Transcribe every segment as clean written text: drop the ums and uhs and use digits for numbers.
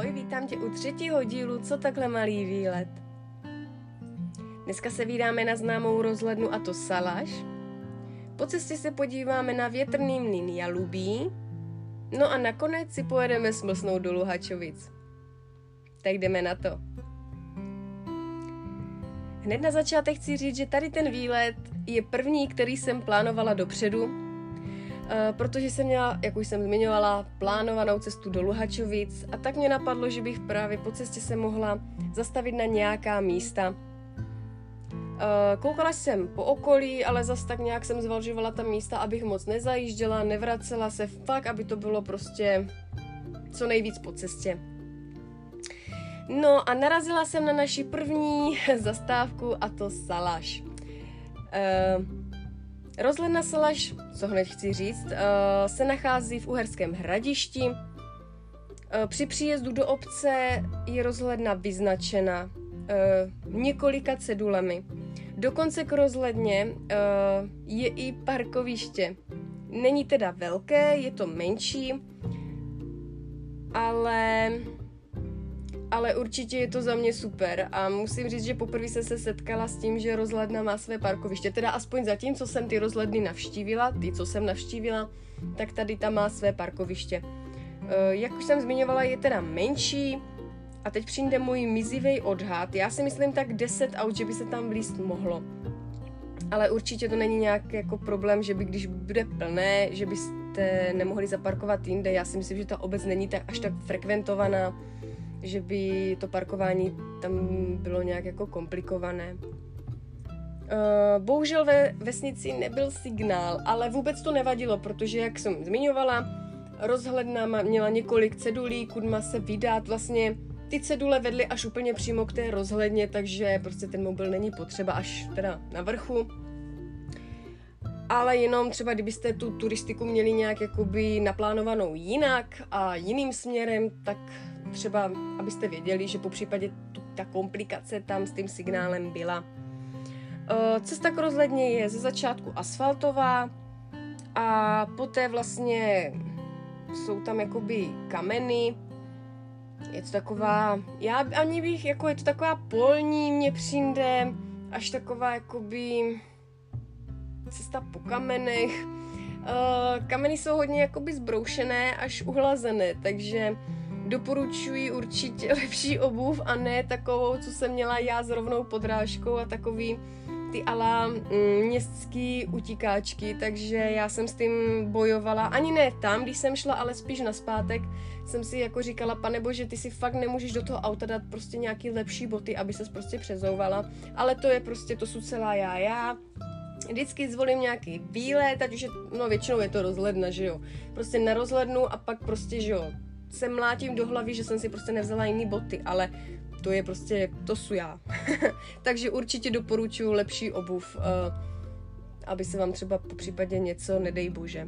Ahoj, vítám tě u 3. dílu Co takhle malý výlet. Dneska se vydáme na známou rozhlednu, a to Salaš. Po cestě se podíváme na větrný mlýn Jalubí. No a nakonec si pojedeme smlsnout do Luhačovic. Tak jdeme na to. Hned na začátek chci říct, že tady ten výlet je první, který jsem plánovala dopředu, protože jsem měla, jak už jsem zmiňovala, plánovanou cestu do Luhačovic a tak mě napadlo, že bych právě po cestě se mohla zastavit na nějaká místa. Koukala jsem po okolí, ale zas tak nějak jsem zvažovala ta místa, abych moc nezajížděla, nevracela se, fakt, aby to bylo prostě co nejvíc po cestě. No a narazila jsem na naši první zastávku, a to Salaš. Rozhledna Salaš, co hned chci říct, se nachází v Uherském Hradišti. Při příjezdu do obce je rozhledna vyznačena několika cedulemi. Dokonce k rozhledně je i parkoviště. Není teda velké, je to menší, ale určitě je to za mě super a musím říct, že poprvé jsem se setkala s tím, že rozhledna má své parkoviště. Teda aspoň zatím, co jsem ty rozhledny navštívila, tak tady ta má své parkoviště. Jak už jsem zmiňovala, je teda menší a teď přijde můj mizivej odhad. Já si myslím tak 10 aut, že by se tam vlízt mohlo. Ale určitě to není nějak jako problém, že by když bude plné, že byste nemohli zaparkovat jinde. Já si myslím, že ta obec není až tak frekventovaná, že by to parkování tam bylo nějak jako komplikované. Bohužel ve vesnici nebyl signál, ale vůbec to nevadilo, protože, jak jsem zmiňovala, rozhledna měla několik cedulí, kudma se vydat. Vlastně ty cedule vedly až úplně přímo k té rozhledně, takže prostě ten mobil není potřeba až teda na vrchu. Ale jenom třeba, kdybyste tu turistiku měli nějak jakoby naplánovanou jinak a jiným směrem, tak třeba, abyste věděli, že po případě ta komplikace tam s tím signálem byla. Cesta k rozhledně je ze začátku asfaltová a poté vlastně jsou tam jakoby kameny. Je to taková, je to taková polní, mně přijde až taková jakoby cesta po kamenech. Kameny jsou hodně jakoby zbroušené až uhlazené, takže doporučuji určitě lepší obuv a ne takovou, co jsem měla já s rovnou podrážkou a takový ty ala městský utíkáčky, takže já jsem s tím bojovala, ani ne tam, když jsem šla, ale spíš nazpátek jsem si jako říkala, panebože, ty si fakt nemůžeš do toho auta dát prostě nějaký lepší boty, aby ses prostě přezouvala, ale to je prostě, to jsou celá já vždycky zvolím nějaký výlet, ať už je, no většinou je to rozhledna, že jo, prostě na rozhlednu a pak prostě, že jo, se mlátím do hlavy, že jsem si prostě nevzala jiný boty, ale to je prostě, to jsou já. Takže určitě doporučuji lepší obuv, aby se vám třeba po případě něco, nedej bože.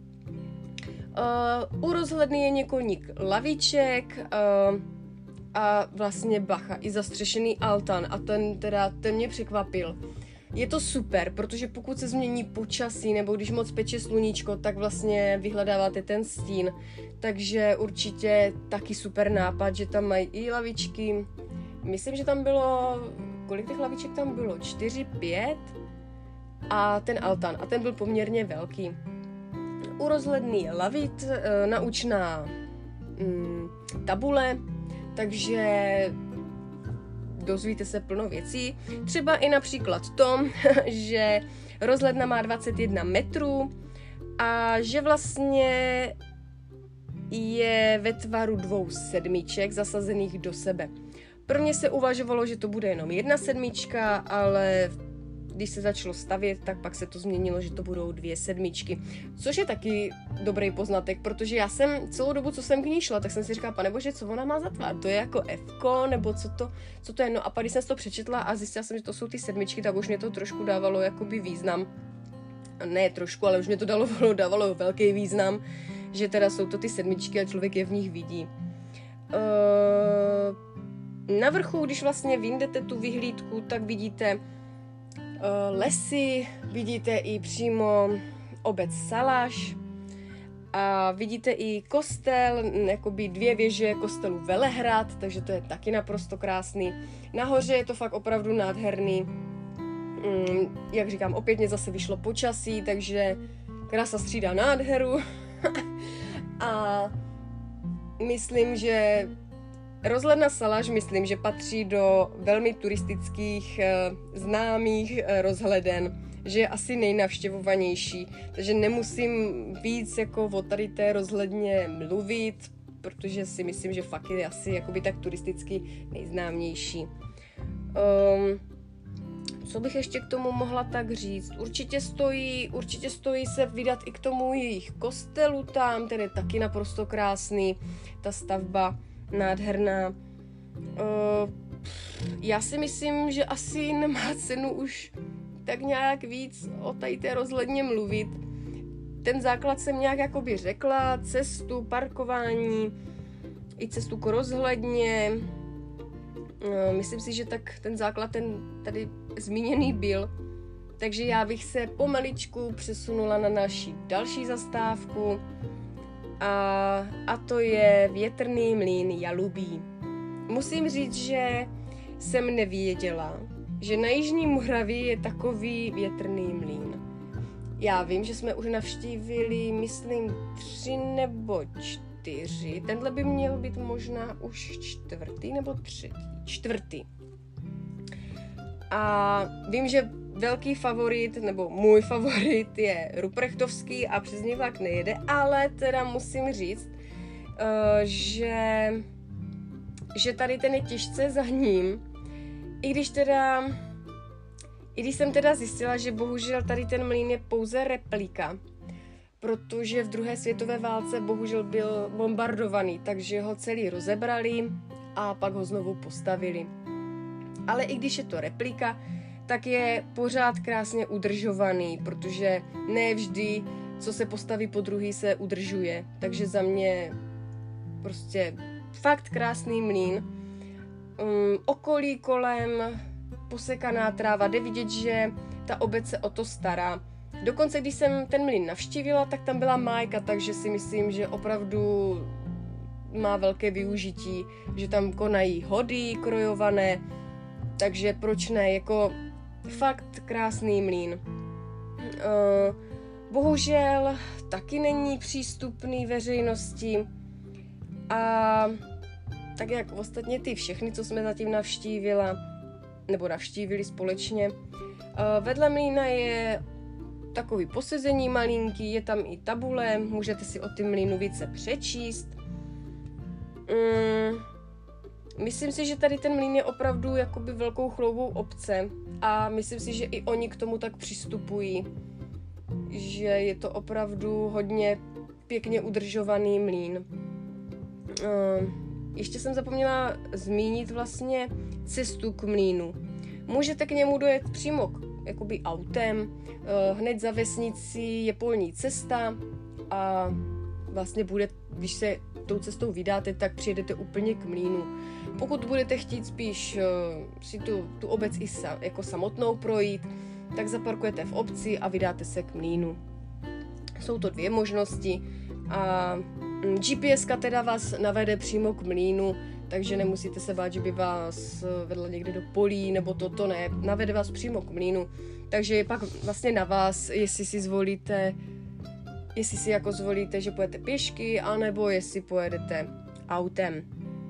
U rozhledny je několik laviček a vlastně bacha, i zastřešený altan a ten mě překvapil. Je to super, protože pokud se změní počasí nebo když moc peče sluníčko, tak vlastně vyhledáváte ten stín. Takže určitě taky super nápad, že tam mají i lavičky. Myslím, že tam bylo, kolik těch laviček tam bylo? 4, 5 a ten altan. A ten byl poměrně velký. U rozhledny je lavit, naučná tabule, takže dozvíte se plno věcí. Třeba i například to, že rozhledna má 21 metrů a že vlastně je ve tvaru 2 sedmiček zasazených do sebe. Prvně se uvažovalo, že to bude jenom 1 sedmička, ale když se začalo stavět, tak pak se to změnilo, že to budou 2 sedmičky. Což je taky dobrý poznatek, protože já jsem celou dobu, co jsem k ní šla, tak jsem si říkala, panebože, co ona má za tvar? To je jako F-ko, nebo co to je? No a pak když jsem to přečetla a zjistila jsem, že to jsou ty sedmičky, tak už mě to trošku dávalo jakoby význam. Ne trošku, ale už mě to dávalo velký význam, že teda jsou to ty sedmičky a člověk je v nich vidí. Na vrchu, když vlastně vyjdete tu vyhlídku, tak vidíte lesy, vidíte i přímo obec Salaš A vidíte i kostel, jakoby 2 věže kostelu Velehrad, takže to je taky naprosto krásný. Nahoře je to fakt opravdu nádherný. Jak říkám, opět mě zase vyšlo počasí, takže krása střídá nádheru. A myslím, že rozhledna Salaš, že patří do velmi turistických známých rozhleden, že je asi nejnavštěvovanější, takže nemusím víc jako o tady té rozhledně mluvit, protože si myslím, že fakt je asi jakoby tak turisticky nejznámější. Co bych ještě k tomu mohla tak říct? Určitě stojí se vydat i k tomu jejich kostelu tam, ten je taky naprosto krásný, ta stavba nádherná. Já si myslím, že asi nemá cenu už tak nějak víc o tady té rozhledně mluvit. Ten základ jsem nějak jakoby řekla, cestu, parkování, i cestu k rozhledně. Myslím si, že tak ten základ ten tady zmíněný byl. Takže já bych se pomaličku přesunula na naši další zastávku a to je větrný mlýn Jalubí. Musím říct, že jsem nevěděla, že na Jižní Moravě je takový větrný mlýn. Já vím, že jsme už navštívili, myslím, 3 nebo 4. Tenhle by měl být možná už 4. nebo 3. 4. A vím, že velký favorit, nebo můj favorit je Ruprechtovský a přes něj vlak nejede, ale teda musím říct, že tady ten je těžce za ním, i když jsem teda zjistila, že bohužel tady ten mlýn je pouze replika, protože v 2. světové válce bohužel byl bombardovaný, takže ho celý rozebrali a pak ho znovu postavili. Ale i když je to replika, tak je pořád krásně udržovaný, protože ne vždy, co se postaví po druhý, se udržuje. Takže za mě prostě fakt krásný mlýn. Okolí kolem, posekaná tráva, jde vidět, že ta obec se o to stará. Dokonce, když jsem ten mlýn navštívila, tak tam byla májka, takže si myslím, že opravdu má velké využití, že tam konají hody krojované, takže proč ne, jako fakt krásný mlýn. Bohužel taky není přístupný veřejnosti a tak jak ostatně ty všechny, co jsme zatím navštívili společně. Vedle mlýna je takový posezení malinký, je tam i tabule, můžete si o tím mlýnu více přečíst. Myslím si, že tady ten mlýn je opravdu jakoby velkou chloubou obce a myslím si, že i oni k tomu tak přistupují, že je to opravdu hodně pěkně udržovaný mlýn. Ještě jsem zapomněla zmínit vlastně cestu k mlýnu. Můžete k němu dojet přímo jakoby autem, hned za vesnicí je polní cesta a vlastně když se tou cestou vydáte, tak přijedete úplně k mlýnu. Pokud budete chtít spíš si tu obec i jako samotnou projít, tak zaparkujete v obci a vydáte se k mlýnu. Jsou to 2 možnosti a GPS-ka teda vás navede přímo k mlýnu, takže nemusíte se bát, že by vás vedla někde do polí, nebo to ne, navede vás přímo k mlýnu, takže je pak vlastně na vás, jestli si zvolíte, že pojedete pěšky, anebo jestli pojedete autem.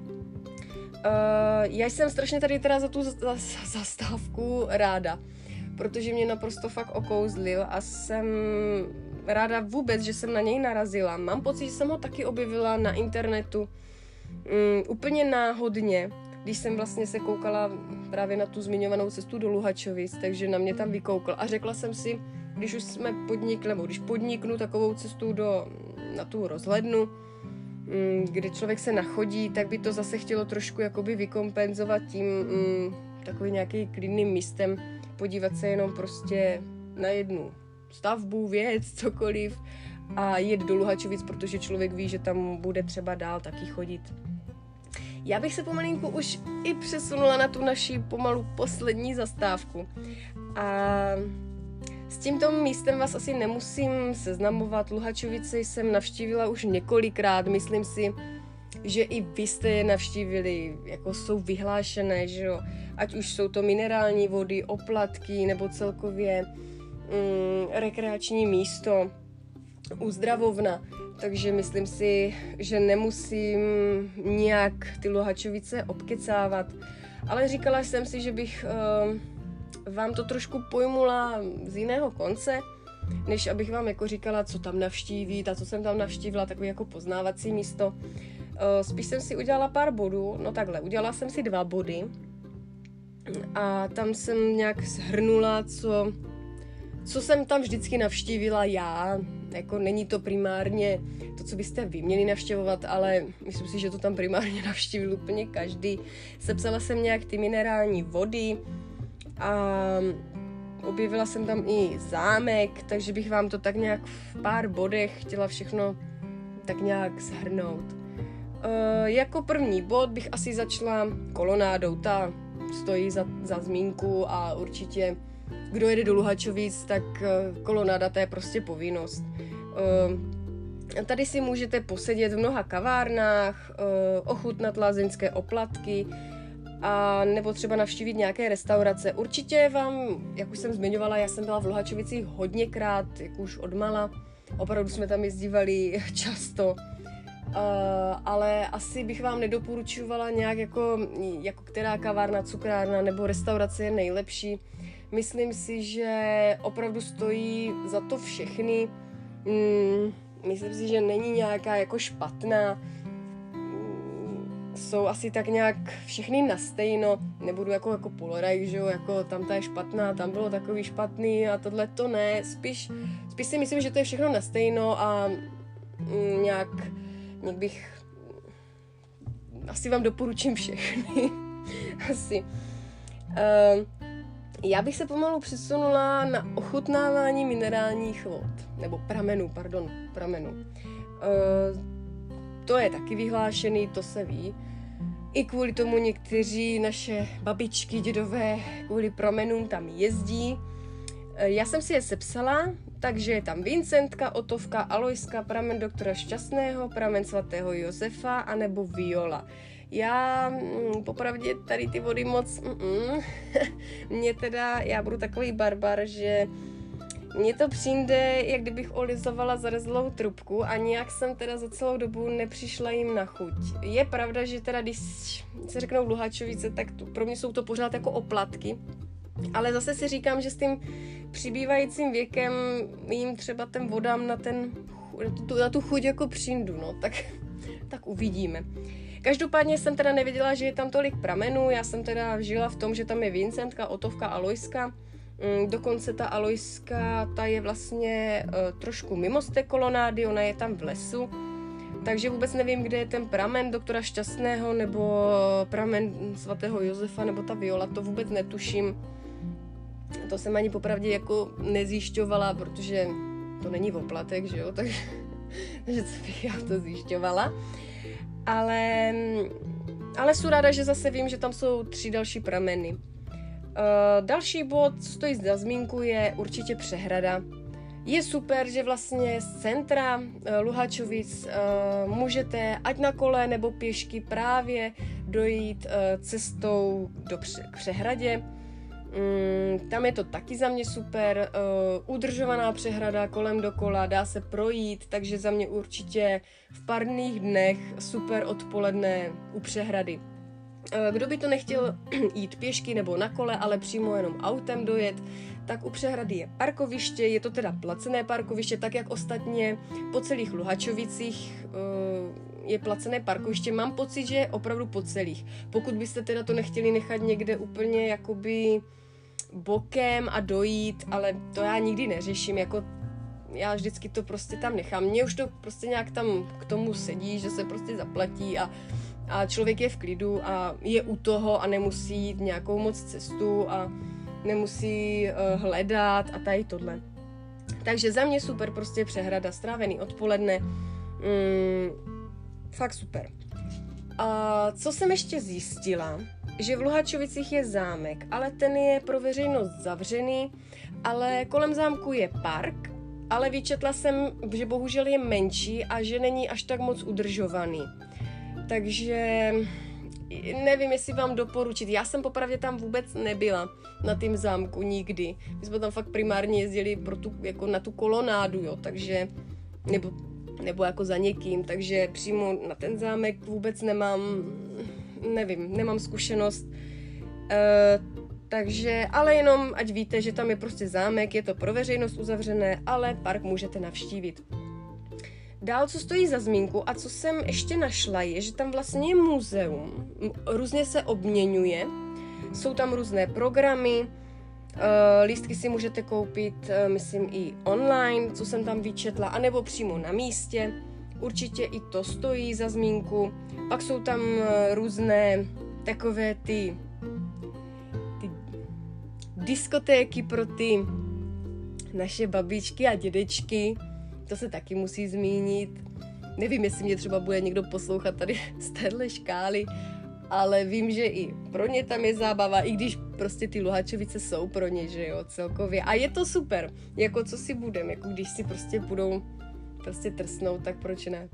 Já jsem strašně tady teda za tu zastávku ráda, protože mě naprosto fakt okouzlil a jsem ráda vůbec, že jsem na něj narazila. Mám pocit, že jsem ho taky objevila na internetu úplně náhodně, když jsem vlastně se koukala právě na tu zmiňovanou cestu do Luhačovic, takže na mě tam vykoukl a řekla jsem si, když už jsme když podniknu takovou cestu na tu rozhlednu, kde člověk se nachodí, tak by to zase chtělo trošku jakoby vykompenzovat tím takovým nějakým klidným místem, podívat se jenom prostě na jednu stavbu, věc, cokoliv a jet do Luhačovic, protože člověk ví, že tam bude třeba dál taky chodit. Já bych se pomalinku už i přesunula na tu naši pomalu poslední zastávku. A S tímto místem vás asi nemusím seznamovat. Luhačovice jsem navštívila už několikrát, myslím si, že i vy jste je navštívili, jako jsou vyhlášené, že jo? Ať už jsou to minerální vody, oplatky nebo celkově rekreační místo, uzdravovna. Takže myslím si, že nemusím nějak ty Luhačovice obkecávat. Ale říkala jsem si, že bych vám to trošku pojmula z jiného konce, než abych vám jako říkala, co tam navštívit a co jsem tam navštívila, takový jako poznávací místo. Spíš jsem si udělala pár bodů, no takhle, udělala jsem si 2 body a tam jsem nějak shrnula, co jsem tam vždycky navštívila já. Jako není to primárně to, co byste vy měli navštěvovat, ale myslím si, že to tam primárně navštívil úplně každý. Sepsala jsem nějak ty minerální vody a objevila jsem tam i zámek, takže bych vám to tak nějak v pár bodech chtěla všechno tak nějak shrnout. Jako první bod bych asi začala kolonádou, ta stojí za zmínku a určitě kdo jede do Luhačovic, tak kolonáda to je prostě povinnost. Tady si můžete posedět v mnoha kavárnách, ochutnat lázeňské oplatky a nebo třeba navštívit nějaké restaurace. Určitě vám, jak už jsem zmiňovala, já jsem byla v Luhačovicích hodněkrát, jako už odmala, opravdu jsme tam jezdívali často. Ale asi bych vám nedoporučovala nějak jako která kavárna, cukrárna nebo restaurace je nejlepší. Myslím si, že opravdu stojí za to všechny. Myslím si, že není nějaká jako špatná. Jsou asi tak nějak všechny nastejno. Nebudu jako Polaroid, že jo, jako tam ta je špatná, tam bylo takový špatný a tohle to ne. Spíš si myslím, že to je všechno nastejno a nějak bych asi vám doporučím všechny. Asi. Já bych se pomalu přesunula na ochutnávání minerálních vod. Nebo pramenů. To je taky vyhlášený, to se ví. I kvůli tomu někteří naše babičky, dědové kvůli pramenům tam jezdí. Já jsem si je sepsala, takže je tam Vincentka, Otovka, Alojska, pramen doktora Šťastného, pramen svatého Josefa anebo Viola. Já popravdě tady ty vody moc já budu takový barbar, že mně to přijde, jak kdybych olizovala zarezlou trubku a nějak jsem teda za celou dobu nepřišla jim na chuť. Je pravda, že teda když se řeknou Luhačovice, tak pro mě jsou to pořád jako oplatky, ale zase si říkám, že s tím přibývajícím věkem jim třeba ten vodám na tu chuť jako přijdu, no, tak uvidíme. Každopádně jsem teda nevěděla, že je tam tolik pramenů, já jsem teda žila v tom, že tam je Vincentka, Otovka, Alojska. Dokonce ta Alojska, ta je vlastně trošku mimo z té kolonády, ona je tam v lesu, takže vůbec nevím, kde je ten pramen doktora Šťastného nebo pramen svatého Josefa nebo ta Viola, to vůbec netuším. To jsem ani popravdě jako nezjišťovala, protože to není oplatek, že jo, takže co bych já to zjišťovala. Ale jsem ráda, že zase vím, že tam jsou 3 další prameny. Další bod, co stojí za zmínku, je určitě přehrada. Je super, že vlastně z centra Luhačovic můžete ať na kole nebo pěšky právě dojít cestou k přehradě. Tam je to taky za mě super, udržovaná přehrada kolem dokola, dá se projít, takže za mě určitě v párných dnech super odpoledne u přehrady. Kdo by to nechtěl jít pěšky nebo na kole, ale přímo jenom autem dojet, tak u přehrady je parkoviště, je to teda placené parkoviště, tak jak ostatně po celých Luhačovicích je placené parkoviště. Mám pocit, že je opravdu po celých. Pokud byste teda to nechtěli nechat někde úplně jakoby bokem a dojít, ale to já nikdy neřeším, jako já vždycky to prostě tam nechám. Mně už to prostě nějak tam k tomu sedí, že se prostě zaplatí a člověk je v klidu a je u toho a nemusí jít nějakou moc cestu a nemusí hledat a tady tohle. Takže za mě super prostě přehrada, strávený odpoledne, fakt super. A co jsem ještě zjistila, že v Luhačovicích je zámek, ale ten je pro veřejnost zavřený ale kolem zámku je park, ale vyčetla jsem, že bohužel je menší a že není až tak moc udržovaný. Takže nevím, jestli vám doporučit. Já jsem popravdě tam vůbec nebyla na tým zámku nikdy. My jsme tam fakt primárně jezdili jako na tu kolonádu, jo, takže nebo jako za někým, takže přímo na ten zámek vůbec nemám zkušenost. Takže, ale jenom ať víte, že tam je prostě zámek, je to pro veřejnost uzavřené, ale park můžete navštívit. Dál, co stojí za zmínku a co jsem ještě našla, je, že tam vlastně je muzeum. Různě se obměňuje, jsou tam různé programy, lístky si můžete koupit, myslím, i online, co jsem tam vyčetla, anebo přímo na místě. Určitě i to stojí za zmínku. Pak jsou tam různé takové ty diskotéky pro ty naše babičky a dědečky. To se taky musí zmínit. Nevím, jestli mě třeba bude někdo poslouchat tady z téhle škály, ale vím, že i pro ně tam je zábava, i když prostě ty Luhačovice jsou pro ně, že jo, celkově. A je to super, jako co si budem, jako když si prostě budou prostě trsnout, tak proč ne?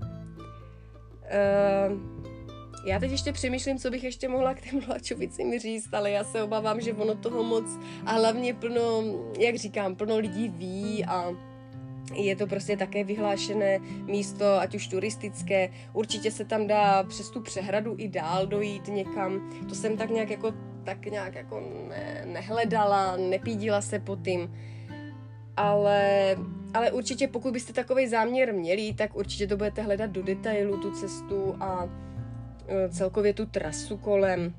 Já teď ještě přemýšlím, co bych ještě mohla k těm Luhačovicím říct, ale já se obávám, že ono toho moc a hlavně plno, jak říkám, plno lidí ví a je to prostě také vyhlášené místo, ať už turistické. Určitě se tam dá přes tu přehradu i dál dojít někam. To jsem tak nějak jako nehledala, nepídila se po tím. Ale určitě pokud byste takovej záměr měli, tak určitě to budete hledat do detailu, tu cestu a celkově tu trasu kolem.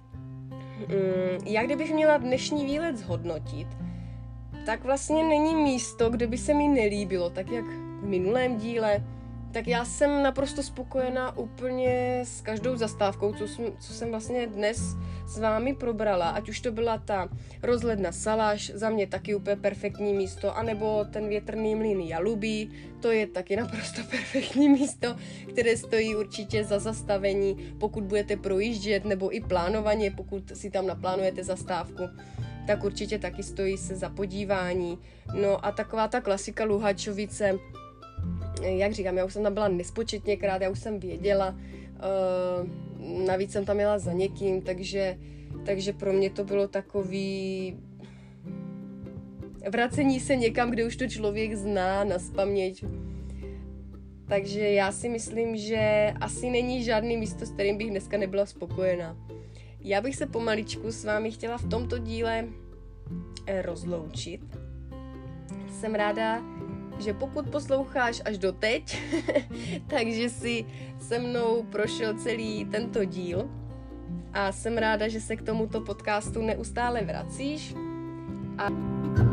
Já kdybych měla dnešní výlet zhodnotit, tak vlastně není místo, kde by se mi nelíbilo, tak jak v minulém díle, tak já jsem naprosto spokojená úplně s každou zastávkou, co jsem vlastně dnes s vámi probrala, ať už to byla ta rozhledna Salaš, za mě taky úplně perfektní místo, anebo ten větrný mlýn Jalubí, to je taky naprosto perfektní místo, které stojí určitě za zastavení, pokud budete projíždět, nebo i plánovaně, pokud si tam naplánujete zastávku, tak určitě taky stojí se za podívání. No a taková ta klasika Luhačovice, jak říkám, já už jsem tam byla nespočetněkrát, já už jsem věděla, navíc jsem tam jela za někým, takže pro mě to bylo takový vracení se někam, kde už to člověk zná nazpaměť. Takže já si myslím, že asi není žádný místo, s kterým bych dneska nebyla spokojená. Já bych se pomaličku s vámi chtěla v tomto díle rozloučit. Jsem ráda, že pokud posloucháš až doteď, takže si se mnou prošel celý tento díl a jsem ráda, že se k tomuto podcastu neustále vracíš. A